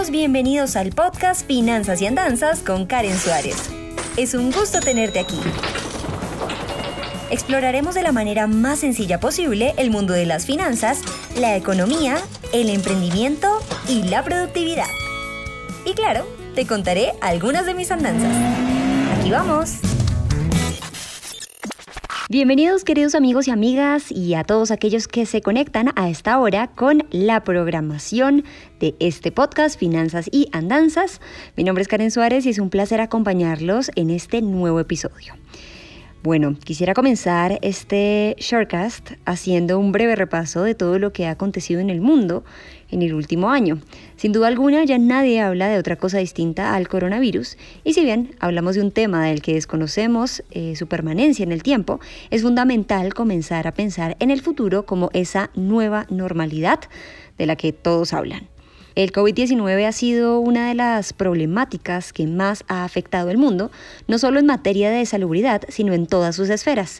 amigos, bienvenidos al podcast Finanzas y Andanzas con Karen Suárez. Es un gusto tenerte aquí. Exploraremos de la manera más sencilla posible el mundo de las finanzas, la economía, el emprendimiento y la productividad. Y claro, te contaré algunas de mis andanzas. ¡Aquí vamos! Bienvenidos queridos amigos y amigas y a todos aquellos que se conectan a esta hora con la programación de este podcast Finanzas y Andanzas. Mi nombre es Karen Suárez y es un placer acompañarlos en este nuevo episodio. Bueno, quisiera comenzar este shortcast haciendo un breve repaso de todo lo que ha acontecido en el mundo en el último año. Sin duda alguna, ya nadie habla de otra cosa distinta al coronavirus, y si bien hablamos de un tema del que desconocemos su permanencia en el tiempo, es fundamental comenzar a pensar en el futuro como esa nueva normalidad de la que todos hablan. El COVID-19 ha sido una de las problemáticas que más ha afectado el mundo, no solo en materia de salubridad, sino en todas sus esferas.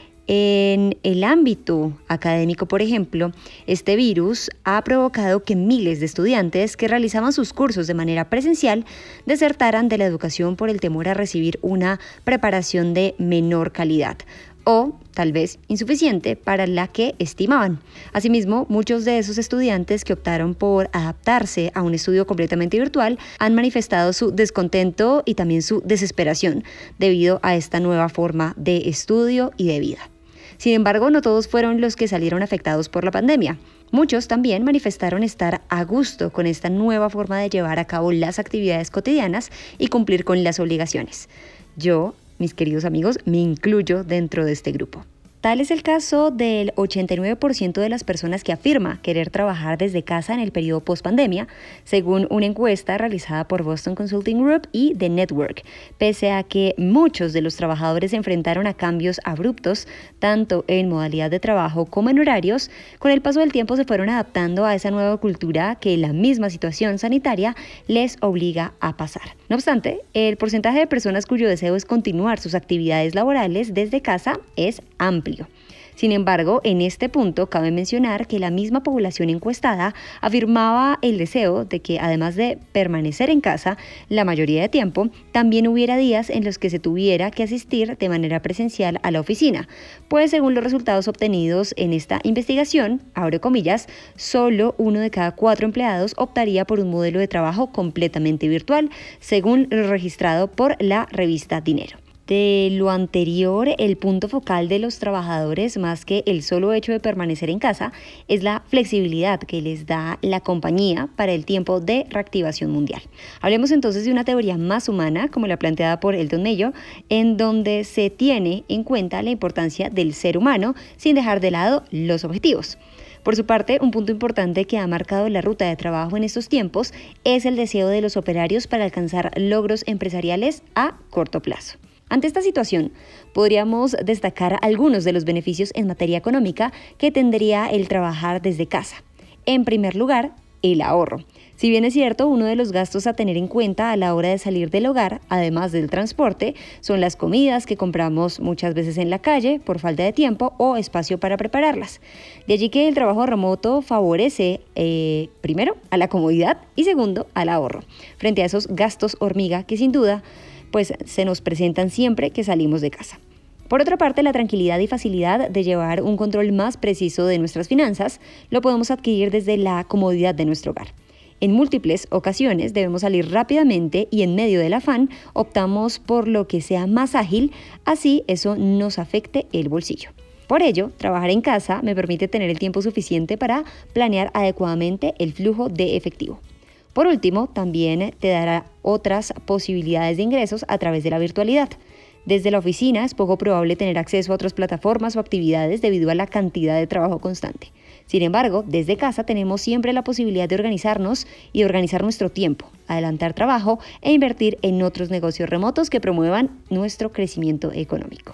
En el ámbito académico, por ejemplo, este virus ha provocado que miles de estudiantes que realizaban sus cursos de manera presencial desertaran de la educación por el temor a recibir una preparación de menor calidad, o tal vez insuficiente para la que estimaban. Asimismo, muchos de esos estudiantes que optaron por adaptarse a un estudio completamente virtual han manifestado su descontento y también su desesperación debido a esta nueva forma de estudio y de vida. Sin embargo, no todos fueron los que salieron afectados por la pandemia. Muchos también manifestaron estar a gusto con esta nueva forma de llevar a cabo las actividades cotidianas y cumplir con las obligaciones. Yo, mis queridos amigos, me incluyo dentro de este grupo. Tal es el caso del 89% de las personas que afirma querer trabajar desde casa en el periodo post-pandemia, según una encuesta realizada por Boston Consulting Group y The Network, pese a que muchos de los trabajadores se enfrentaron a cambios abruptos, tanto en modalidad de trabajo como en horarios. Con el paso del tiempo se fueron adaptando a esa nueva cultura que la misma situación sanitaria les obliga a pasar. No obstante, el porcentaje de personas cuyo deseo es continuar sus actividades laborales desde casa es amplio. Sin embargo, en este punto cabe mencionar que la misma población encuestada afirmaba el deseo de que, además de permanecer en casa la mayoría de tiempo, también hubiera días en los que se tuviera que asistir de manera presencial a la oficina, pues según los resultados obtenidos en esta investigación, abro comillas, solo 1 de cada 4 empleados optaría por un modelo de trabajo completamente virtual, según lo registrado por la revista Dinero. De lo anterior, el punto focal de los trabajadores, más que el solo hecho de permanecer en casa, es la flexibilidad que les da la compañía para el tiempo de reactivación mundial. Hablemos entonces de una teoría más humana, como la planteada por Elton Mayo, en donde se tiene en cuenta la importancia del ser humano sin dejar de lado los objetivos. Por su parte, un punto importante que ha marcado la ruta de trabajo en estos tiempos es el deseo de los operarios para alcanzar logros empresariales a corto plazo. Ante esta situación, podríamos destacar algunos de los beneficios en materia económica que tendría el trabajar desde casa. En primer lugar, el ahorro. Si bien es cierto, uno de los gastos a tener en cuenta a la hora de salir del hogar, además del transporte, son las comidas que compramos muchas veces en la calle por falta de tiempo o espacio para prepararlas. De allí que el trabajo remoto favorece, primero, a la comodidad y segundo, al ahorro, frente a esos gastos hormiga que sin duda pues se nos presentan siempre que salimos de casa. Por otra parte, la tranquilidad y facilidad de llevar un control más preciso de nuestras finanzas lo podemos adquirir desde la comodidad de nuestro hogar. En múltiples ocasiones debemos salir rápidamente y en medio del afán optamos por lo que sea más ágil, así eso nos afecte el bolsillo. Por ello, trabajar en casa me permite tener el tiempo suficiente para planear adecuadamente el flujo de efectivo. Por último, también te dará otras posibilidades de ingresos a través de la virtualidad. Desde la oficina es poco probable tener acceso a otras plataformas o actividades debido a la cantidad de trabajo constante. Sin embargo, desde casa tenemos siempre la posibilidad de organizarnos y de organizar nuestro tiempo, adelantar trabajo e invertir en otros negocios remotos que promuevan nuestro crecimiento económico.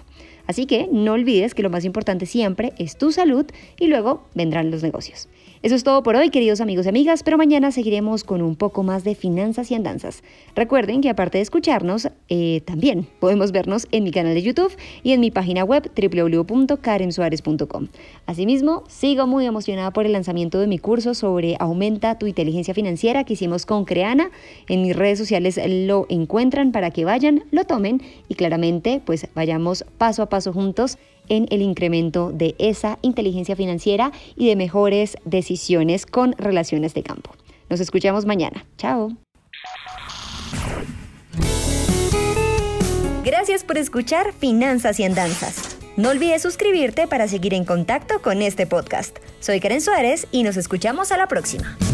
Así que no olvides que lo más importante siempre es tu salud y luego vendrán los negocios. Eso es todo por hoy, queridos amigos y amigas, pero mañana seguiremos con un poco más de finanzas y andanzas. Recuerden que aparte de escucharnos, también podemos vernos en mi canal de YouTube y en mi página web www.karensuarez.com. Asimismo, sigo muy emocionada por el lanzamiento de mi curso sobre Aumenta tu inteligencia financiera que hicimos con Creana. En mis redes sociales lo encuentran para que vayan, lo tomen y claramente pues vayamos paso a paso juntos en el incremento de esa inteligencia financiera y de mejores decisiones con relaciones de campo. Nos escuchamos mañana. Chao. Gracias por escuchar Finanzas y Andanzas. No olvides suscribirte para seguir en contacto con este podcast. Soy Karen Suárez y nos escuchamos a la próxima.